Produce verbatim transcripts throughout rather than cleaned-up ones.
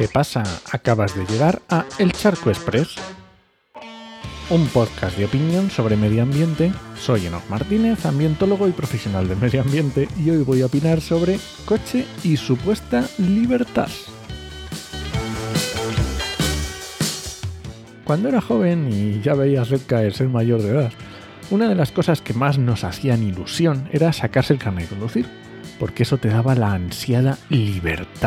¿Qué pasa? Acabas de llegar a El Charco Express, un podcast de opinión sobre medio ambiente. Soy Enoch Martínez, ambientólogo y profesional del medio ambiente, y hoy voy a opinar sobre coche y supuesta libertad. Cuando era joven y ya veía cerca el ser mayor de edad, una de las cosas que más nos hacían ilusión era sacarse el carnet de conducir, porque eso te daba la ansiada libertad.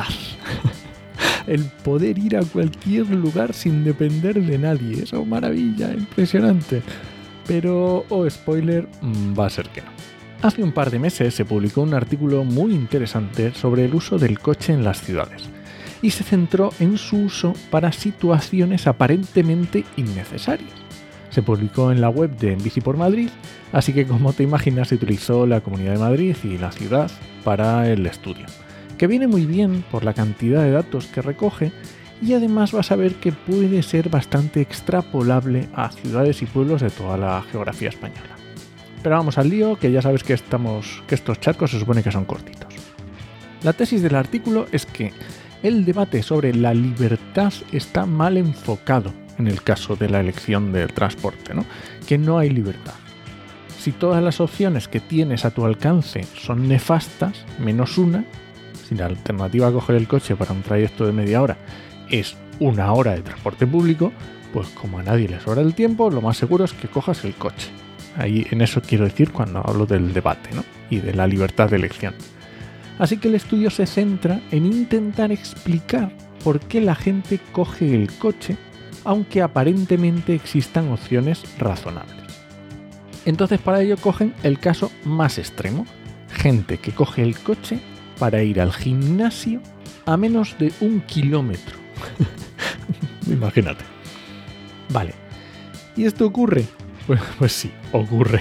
El poder ir a cualquier lugar sin depender de nadie. Eso, maravilla, impresionante. Pero, oh spoiler, va a ser que no. Hace un par de meses se publicó un artículo muy interesante sobre el uso del coche en las ciudades, y se centró en su uso para situaciones aparentemente innecesarias. Se publicó en la web de En Bici por Madrid, así que, como te imaginas, se utilizó la Comunidad de Madrid y la ciudad para el estudio, que viene muy bien por la cantidad de datos que recoge, y además vas a ver que puede ser bastante extrapolable a ciudades y pueblos de toda la geografía española. Pero vamos al lío, que ya sabes que, estamos, que estos charcos se supone que son cortitos. La tesis del artículo es que el debate sobre la libertad está mal enfocado en el caso de la elección del transporte, ¿no? Que no hay libertad. Si todas las opciones que tienes a tu alcance son nefastas, menos una, si la alternativa a coger el coche para un trayecto de media hora es una hora de transporte público, pues como a nadie le sobra el tiempo, lo más seguro es que cojas el coche. Ahí en eso quiero decir cuando hablo del debate, ¿no? Y de la libertad de elección. Así que el estudio se centra en intentar explicar por qué la gente coge el coche, aunque aparentemente existan opciones razonables. Entonces, para ello cogen el caso más extremo: gente que coge el coche para ir al gimnasio a menos de un kilómetro. Imagínate. Vale. ¿Y esto ocurre? Pues, pues sí, ocurre.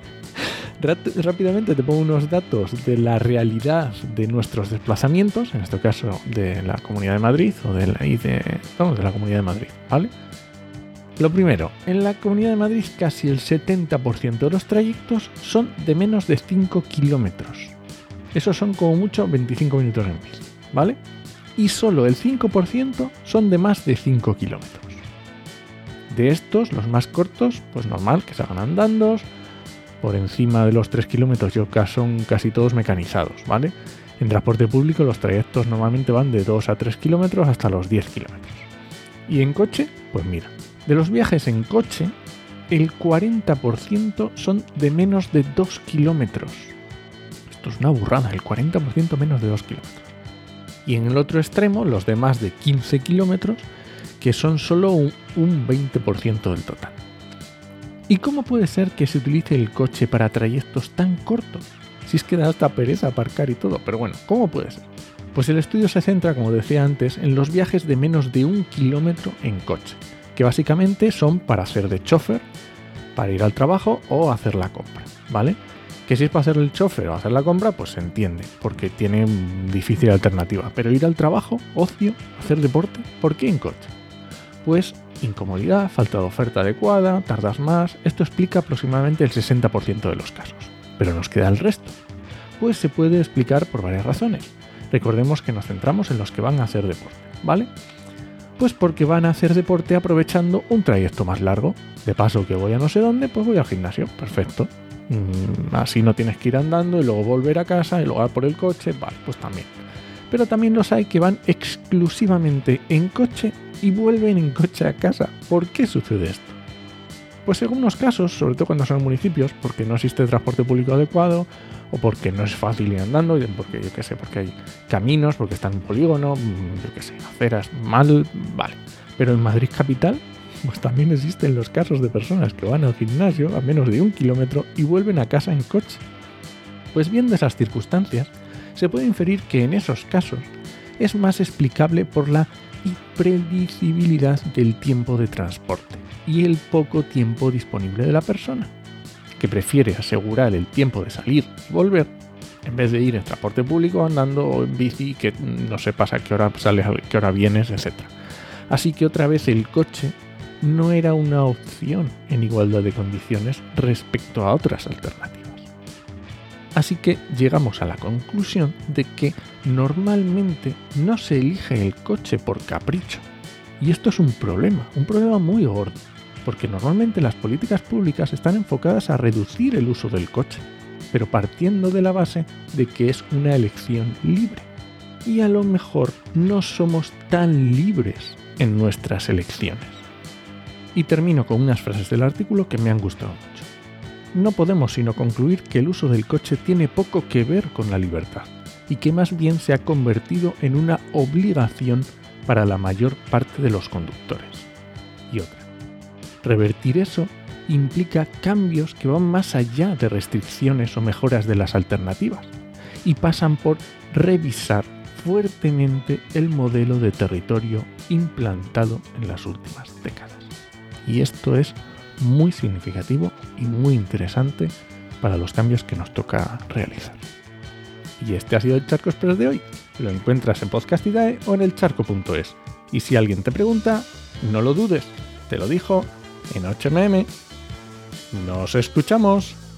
Rápidamente te pongo unos datos de la realidad de nuestros desplazamientos, en este caso de la Comunidad de Madrid, o de la, y de, vamos, de la Comunidad de Madrid, ¿vale? Lo primero, en la Comunidad de Madrid casi el setenta por ciento de los trayectos son de menos de cinco kilómetros. Esos son como mucho veinticinco minutos en bici, ¿vale? Y solo el cinco por ciento son de más de cinco kilómetros. De estos, los más cortos, pues normal, que se hagan andando. Por encima de los tres kilómetros yo son casi todos mecanizados, ¿vale? En transporte público los trayectos normalmente van de dos a tres kilómetros hasta los diez kilómetros. Y en coche, pues mira, de los viajes en coche, el cuarenta por ciento son de menos de dos kilómetros. Esto es una burrada, el cuarenta por ciento menos de dos kilómetros. Y en el otro extremo, los de más de quince kilómetros, que son solo un, un veinte por ciento del total. ¿Y cómo puede ser que se utilice el coche para trayectos tan cortos? Si es que da hasta pereza aparcar y todo, pero bueno, ¿cómo puede ser? Pues el estudio se centra, como decía antes, en los viajes de menos de un kilómetro en coche, que básicamente son para hacer de chofer, para ir al trabajo o hacer la compra, ¿vale? Que si es para hacer el chofer o hacer la compra, pues se entiende, porque tiene difícil alternativa. Pero ir al trabajo, ocio, hacer deporte, ¿por qué en coche? Pues incomodidad, falta de oferta adecuada, tardas más. Esto explica aproximadamente el sesenta por ciento de los casos. Pero nos queda el resto. Pues se puede explicar por varias razones. Recordemos que nos centramos en los que van a hacer deporte, ¿vale? Pues porque van a hacer deporte aprovechando un trayecto más largo. De paso que voy a no sé dónde, pues voy al gimnasio. Perfecto. Mm, así no tienes que ir andando y luego volver a casa y luego por el coche. Vale, pues también. Pero también los hay que van exclusivamente en coche y vuelven en coche a casa. ¿Por qué sucede esto? Pues en algunos casos, sobre todo cuando son municipios, porque no existe transporte público adecuado, o porque no es fácil ir andando, porque yo qué sé, porque hay caminos, porque está en un polígono, yo qué sé, aceras mal, vale. Pero en Madrid capital, pues también existen los casos de personas que van al gimnasio a menos de un kilómetro y vuelven a casa en coche. Pues viendo esas circunstancias, se puede inferir que en esos casos es más explicable por la impredecibilidad del tiempo de transporte y el poco tiempo disponible de la persona, que prefiere asegurar el tiempo de salir y volver en vez de ir en transporte público andando o en bici, que no sepas a qué hora sales, a qué hora vienes, etcétera. Así que otra vez el coche no era una opción en igualdad de condiciones respecto a otras alternativas. Así que llegamos a la conclusión de que normalmente no se elige el coche por capricho. Y esto es un problema, un problema muy gordo, porque normalmente las políticas públicas están enfocadas a reducir el uso del coche, pero partiendo de la base de que es una elección libre. Y a lo mejor no somos tan libres en nuestras elecciones. Y termino con unas frases del artículo que me han gustado mucho. No podemos sino concluir que el uso del coche tiene poco que ver con la libertad y que más bien se ha convertido en una obligación para la mayor parte de los conductores. Y otra. Revertir eso implica cambios que van más allá de restricciones o mejoras de las alternativas y pasan por revisar fuertemente el modelo de territorio implantado en las últimas décadas. Y esto es muy significativo y muy interesante para los cambios que nos toca realizar. Y este ha sido el Charco Express de hoy. Lo encuentras en Podcastidae o en el charco punto es. Y si alguien te pregunta, no lo dudes, te lo dijo en ocho eme eme. ¡Nos escuchamos!